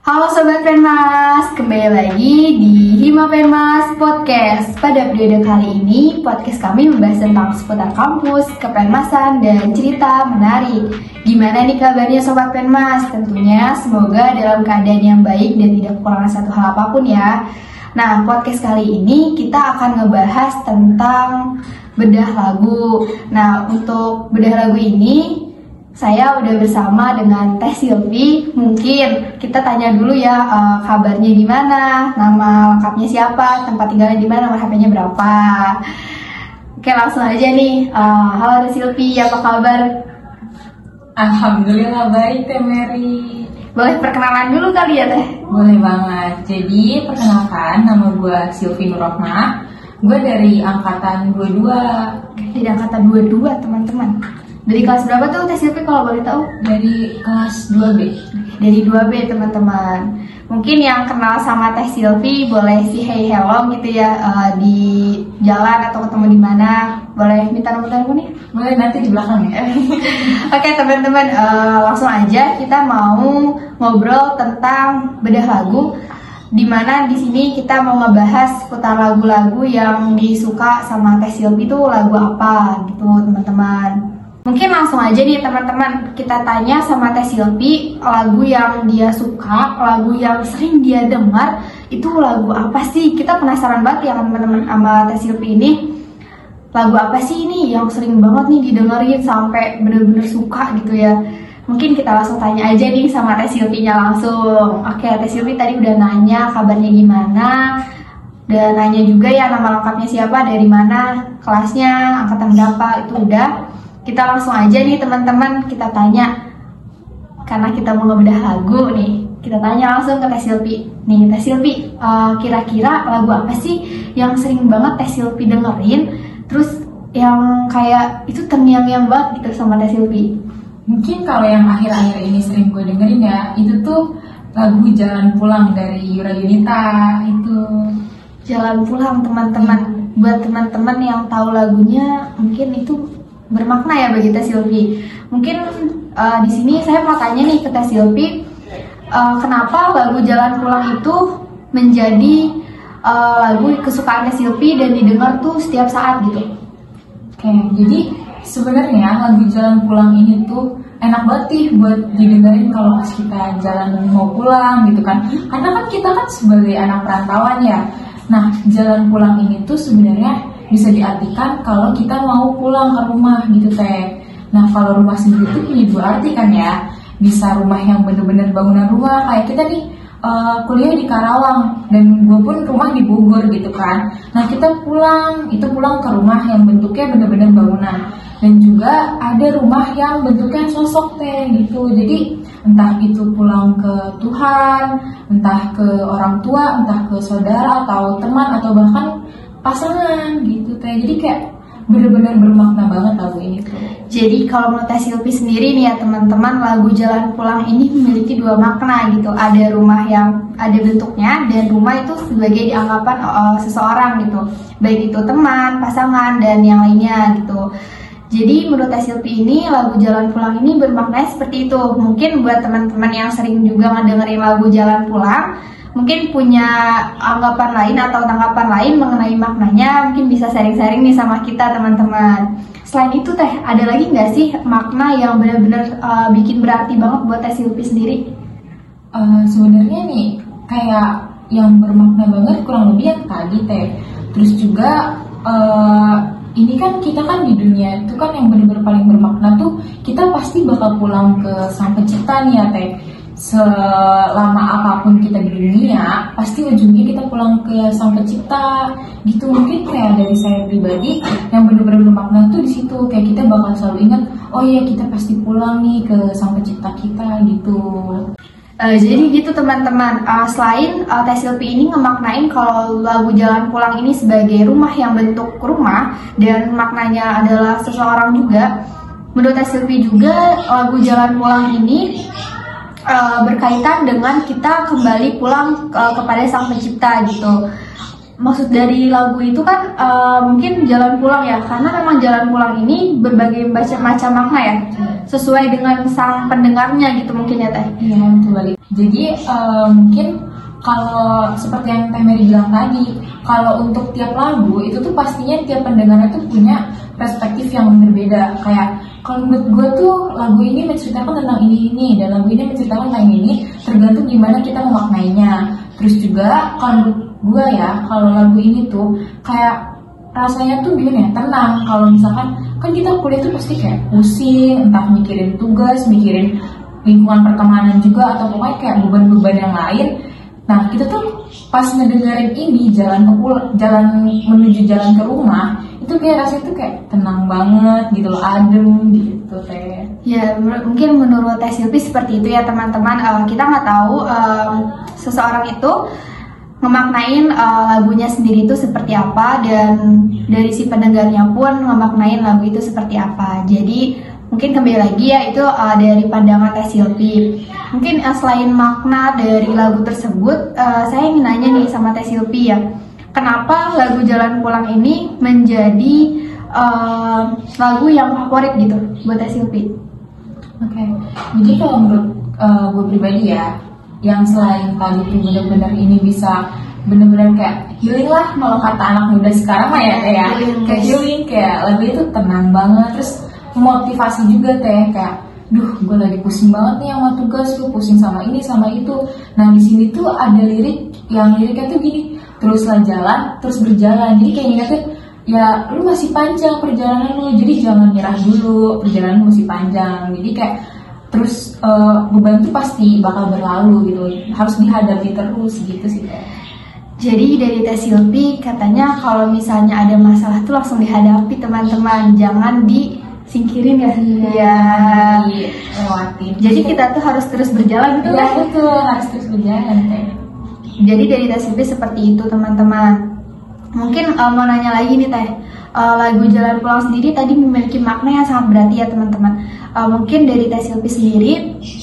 Halo Sobat Penmas, kembali lagi di Hima Penmas Podcast. Pada periode kali ini, podcast kami membahas tentang seputar kampus, kepenmasan, dan cerita menarik. Gimana nih kabarnya Sobat Penmas? Tentunya semoga dalam keadaan yang baik dan tidak kekurangan satu hal apapun ya. Nah, podcast kali ini kita akan ngebahas tentang bedah lagu. Nah, untuk bedah lagu ini saya udah bersama dengan Teh Silvi. Mungkin kita tanya dulu ya kabarnya gimana, nama lengkapnya siapa, tempat tinggalnya di mana, nomor HP-nya berapa. Oke, langsung aja nih. Halo Teh Silvi, apa kabar? Alhamdulillah baik Teh Mary. Boleh perkenalan dulu kali ya Teh? Boleh banget. Jadi perkenalkan, nama gue Silvi Nurrohmah. Gue dari angkatan 22. Dari angkatan 22 teman-teman. Dari kelas berapa tuh Teh Silvi kalau boleh tahu? Dari kelas 2B. Dari 2B teman-teman. Mungkin yang kenal sama Teh Silvi boleh sih hey hello gitu ya di jalan atau ketemu di mana. Boleh minta nomor teleponnya? Boleh nanti di belakang ya. Oke teman-teman, langsung aja kita mau ngobrol tentang bedah lagu. Dimana di sini kita mau ngebahas seputar lagu-lagu yang disuka sama Teh Silvi itu lagu apa gitu teman-teman. Mungkin langsung aja nih teman-teman, kita tanya sama Teh Silvi lagu yang dia suka, lagu yang sering dia dengar itu lagu apa sih? Kita penasaran banget ya teman-teman sama Teh Silvi ini. Lagu apa sih ini yang sering banget nih didengerin sampai bener-bener suka gitu ya? Mungkin kita langsung tanya aja nih sama Teh Silvinya langsung. Oke, Teh Silvi tadi udah nanya kabarnya gimana, dan nanya juga ya nama lengkapnya siapa, dari mana, kelasnya, angkatan berapa, itu udah. Kita langsung aja nih teman-teman, kita tanya. Karena kita mau ngebedah lagu nih, kita tanya langsung ke Teh Silvi. Nih Teh Silvi, kira-kira lagu apa sih yang sering banget Teh Silvi dengerin, terus yang kayak itu terngiang-ngiang banget gitu sama Teh Silvi? Mungkin kalau yang akhir-akhir ini sering gue dengerin ya, itu tuh lagu Jalan Pulang dari Yura Yunita itu. Jalan Pulang teman-teman. Buat teman-teman yang tahu lagunya, mungkin itu bermakna ya bagi Teh Silvi. Mungkin di sini saya mau tanya nih ke Teh Silvi, kenapa lagu Jalan Pulang itu menjadi lagu kesukaan Teh Silvi dan didengar tuh setiap saat gitu? Oke, jadi sebenarnya lagu Jalan Pulang ini tuh enak banget nih buat didengerin kalau pas kita jalan mau pulang gitu kan. Karena kan kita kan sebagai anak perantauan ya. Nah, Jalan Pulang ini tuh sebenarnya bisa diartikan kalau kita mau pulang ke rumah gitu Teh. Nah, kalau rumah sendiri itu punya dua arti kan ya. Bisa rumah yang bener-bener bangunan rumah, kayak kita nih kuliah di Karawang dan gue pun rumah di Bogor gitu kan. Nah, kita pulang ke rumah yang bentuknya bener-bener bangunan. Dan juga ada rumah yang bentuknya sosok Teh gitu. Jadi entah itu pulang ke Tuhan, entah ke orang tua, entah ke saudara atau teman atau bahkan pasangan gitu Teh. Jadi kayak benar-benar bermakna banget lagu ini tuh. Jadi kalau menurut Teh Silvi sendiri nih ya teman-teman, lagu Jalan Pulang ini memiliki dua makna gitu. Ada rumah yang ada bentuknya dan rumah itu sebagai dianggapan seseorang gitu. Baik itu teman, pasangan, dan yang lainnya gitu. Jadi menurut Teh Silvi ini lagu Jalan Pulang ini bermakna seperti itu. Mungkin buat teman-teman yang sering juga ngedengerin lagu Jalan Pulang, mungkin punya anggapan lain atau tanggapan lain mengenai maknanya, mungkin bisa sharing-sharing nih sama kita teman-teman. Selain itu Teh, ada lagi nggak sih makna yang benar-benar bikin berarti banget buat Teh Silvi sendiri? Sebenarnya nih kayak yang bermakna banget kurang lebih yang tadi Teh. Terus juga ini kan kita kan di dunia itu kan yang benar-benar paling bermakna tuh kita pasti bakal pulang ke Sang Pencipta nih ya Teh. Selama apapun kita di dunia, pasti ujungnya kita pulang ke Sang Pencipta gitu. Mungkin kayak dari saya pribadi yang benar-benar bermakna tuh di situ, kayak kita bakal selalu ingat, oh iya kita pasti pulang nih ke Sang Pencipta kita gitu. Jadi gitu teman-teman, selain Teh Silvi ini ngemaknain kalau lagu Jalan Pulang ini sebagai rumah yang bentuk rumah dan maknanya adalah seseorang juga, menurut Teh Silvi juga lagu Jalan Pulang ini berkaitan dengan kita kembali pulang kepada Sang Pencipta gitu. maksud dari lagu itu kan mungkin jalan pulang ya, karena memang jalan pulang ini berbagai macam makna ya, sesuai dengan sang pendengarnya gitu mungkin ya Teh. Iya, betul balik. Jadi mungkin kalau seperti yang Teh Mary bilang tadi, kalau untuk tiap lagu itu tuh pastinya tiap pendengarnya tuh punya perspektif yang berbeda. Kayak kalau menurut gue tuh lagu ini menceritakan tentang ini dan lagu ini menceritakan tentang ini, tergantung gimana kita memaknainya. Terus juga kalau menurut gue ya, kalau lagu ini tuh kayak rasanya tuh gimana ya, tenang. Kalau misalkan kan kita kuliah tuh pasti kayak pusing, entah mikirin tugas, mikirin lingkungan pertemanan juga, atau pokoknya kayak beban-beban yang lain. Nah kita tuh pas ngedengerin ini jalan menuju jalan ke rumah, itu kayak rasanya tuh kayak tenang banget gitu loh, adem gitu Teh. Ya mungkin menurut Teh Silvi seperti itu ya teman-teman. Kita nggak tahu seseorang itu ngemaknain lagunya sendiri itu seperti apa, dan dari si pendengarnya pun ngemaknain lagu itu seperti apa. Jadi mungkin kembali lagi ya itu dari pandangan Teh Silvi. Mungkin selain makna dari lagu tersebut, saya ingin nanya nih sama Teh Silvi ya, kenapa lagu Jalan Pulang ini menjadi lagu yang favorit gitu buat Teh Silvi? Oke. Jadi kalau menurut gue pribadi ya, yang selain tadi tuh benar-benar ini bisa benar-benar kayak healing lah, kalau kata anak muda sekarang mah ya kayak healing, kayak lagu itu tenang banget, terus motivasi juga Teh, kayak duh gue lagi pusing banget nih sama tugas, gue pusing sama ini sama itu. Nah di sini tuh ada lirik yang liriknya tuh gini, teruslah jalan terus berjalan. Jadi kayak ingetin ya lu masih panjang perjalanan lu, jadi jangan nyerah dulu, perjalanan lu masih panjang. Jadi kayak terus beban tuh pasti bakal berlalu gitu, harus dihadapi terus gitu sih Teh. Jadi dari Teh Silvi katanya kalau misalnya ada masalah tuh langsung dihadapi teman-teman, jangan disingkirin ya. Iya. Lewatin. Jadi kita tuh harus terus berjalan gitu ya, kan? betul, harus terus berjalan Teh. Jadi dari Teh Silvi seperti itu teman-teman. Mungkin mau nanya lagi nih Teh, lagu Jalan Pulang sendiri tadi memiliki makna yang sangat berarti ya teman-teman. Mungkin dari Teh Silvi sendiri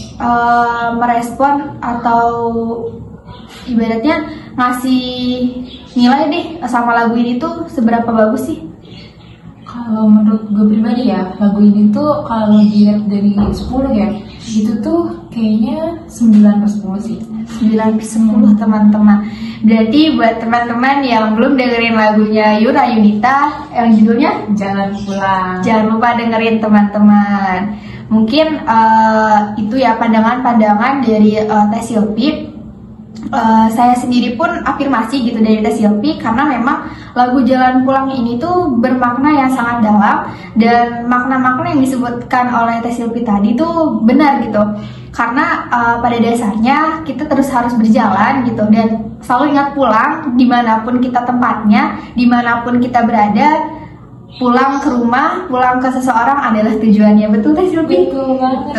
merespon atau ibaratnya ngasih nilai deh sama lagu ini tuh seberapa bagus sih? Kalau menurut gue pribadi ya, lagu ini tuh kalau dilihat dari 10 ya, itu tuh kayaknya 9/10 sih. 9/10 teman-teman. Berarti buat teman-teman yang belum dengerin lagunya Yura Yunita yang judulnya Jalan Pulang, jangan lupa dengerin teman-teman. Mungkin itu ya pandangan-pandangan dari Teh Silvi. Saya sendiri pun afirmasi gitu dari Teh Silvi, karena memang lagu Jalan Pulang ini tuh bermakna yang sangat dalam, dan makna-makna yang disebutkan oleh Teh Silvi tadi tuh benar gitu. Karena pada dasarnya kita terus harus berjalan gitu, dan selalu ingat pulang dimanapun kita tempatnya, dimanapun kita berada. Pulang ke rumah, pulang ke seseorang adalah tujuannya. Betul Teh Silvi? betul banget.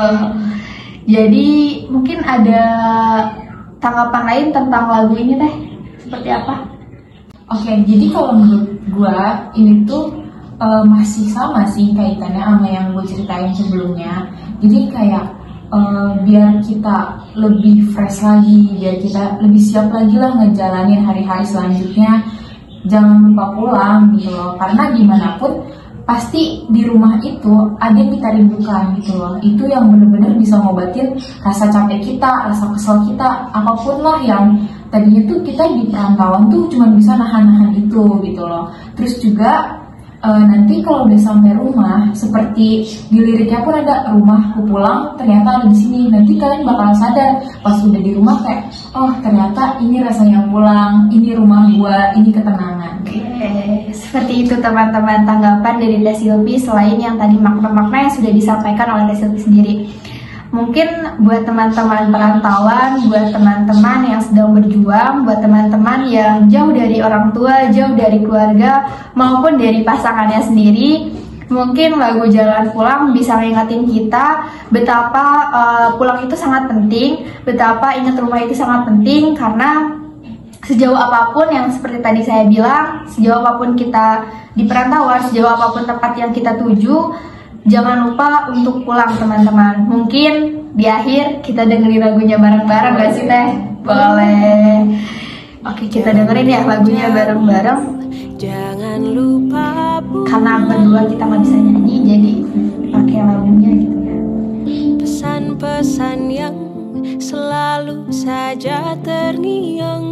Jadi mungkin ada tanggapan lain tentang lagu ini Teh? Seperti apa? Oke, jadi kalau menurut gue ini tuh masih sama sih kaitannya sama yang gue ceritain sebelumnya. Jadi kayak biar kita lebih fresh lagi, biar kita lebih siap lagi lah ngejalanin hari-hari selanjutnya, jangan lupa pulang gitu loh. Karena gimana pun pasti di rumah itu ada yang kita rindukan gitu loh. Itu yang benar-benar bisa ngobatin rasa capek kita, rasa kesel kita, apapun lah yang tadinya tuh kita di perantauan tuh cuma bisa nahan-nahan itu gitu loh. Terus juga nanti kalau udah sampai rumah, seperti di liriknya pun ada rumahku pulang ternyata ada di sini. Nanti kalian bakal sadar pas udah di rumah kayak, oh ternyata ini rasanya pulang, ini rumah gua, ini ketenangan. Seperti itu teman-teman tanggapan dari Teh Silvi, selain yang tadi makna-makna yang sudah disampaikan oleh Teh Silvi sendiri. Mungkin buat teman-teman perantauan, buat teman-teman yang sedang berjuang, buat teman-teman yang jauh dari orang tua, jauh dari keluarga, maupun dari pasangannya sendiri, mungkin lagu Jalan Pulang bisa mengingatin kita betapa pulang itu sangat penting, betapa ingat rumah itu sangat penting. Karena sejauh apapun yang seperti tadi saya bilang, sejauh apapun kita di perantauan, sejauh apapun tempat yang kita tuju, jangan lupa untuk pulang teman-teman. Mungkin di akhir kita dengerin lagunya bareng-bareng gak sih Teh? Boleh. Oke, kita dengerin ya lagunya bareng-bareng. Jangan lupa Karena berdua kita nggak bisa nyanyi, jadi pakai lagunya gitu ya. pesan-pesan yang selalu saja terngiang.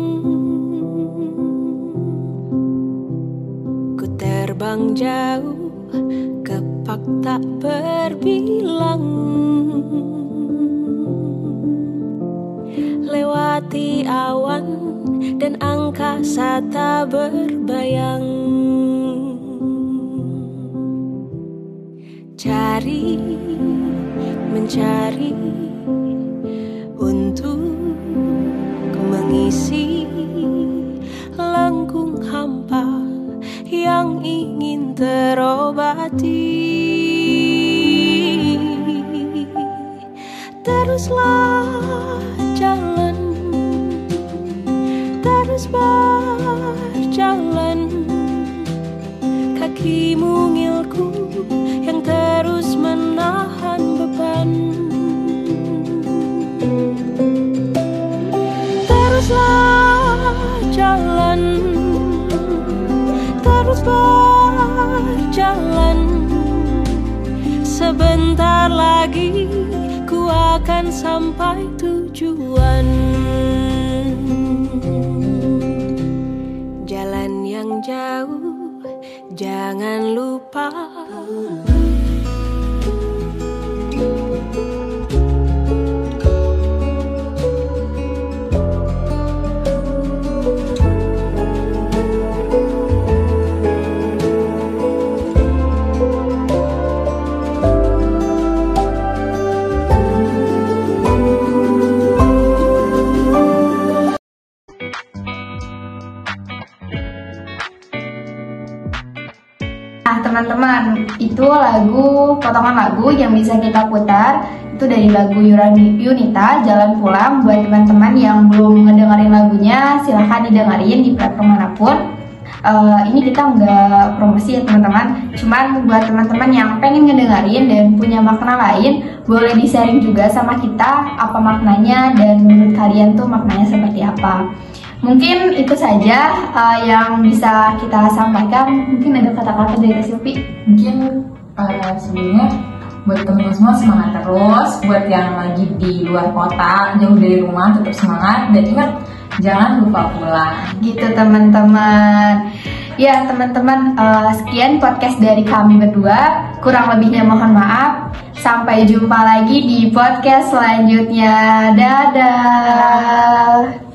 Ku terbang jauh, kepak tak berbilang, lewati awan dan angkasa tak berbayang. Cari, mencari untuk mengisi lengkung hampa yang ingin terobati. Teruslah jalan, terus berjalan, kaki mungilku yang terus menahan beban. Teruslah jalan, terus berjalan, sebentar lagi ku akan sampai tujuan. Jalan yang jauh, jangan lupa. Nah teman-teman, itu potongan lagu yang bisa kita putar. Itu dari lagu Yunita, Jalan Pulang. Buat teman-teman yang belum ngedengerin lagunya, silahkan didengerin di platform manapun. Ini kita nggak promosi ya teman-teman, cuman buat teman-teman yang pengen ngedengerin dan punya makna lain, boleh di-sharing juga sama kita apa maknanya dan menurut kalian tuh maknanya seperti apa. Mungkin itu saja yang bisa kita sampaikan. Mungkin ada kata-kata dari Silvi. Mungkin sebelumnya buat teman-teman semua semangat terus. Buat yang lagi di luar kota, jauh dari rumah, tetap semangat dan ingat jangan lupa pulang. Gitu teman-teman. Ya teman-teman, sekian podcast dari kami berdua. Kurang lebihnya mohon maaf. Sampai jumpa lagi di podcast selanjutnya. Dadah.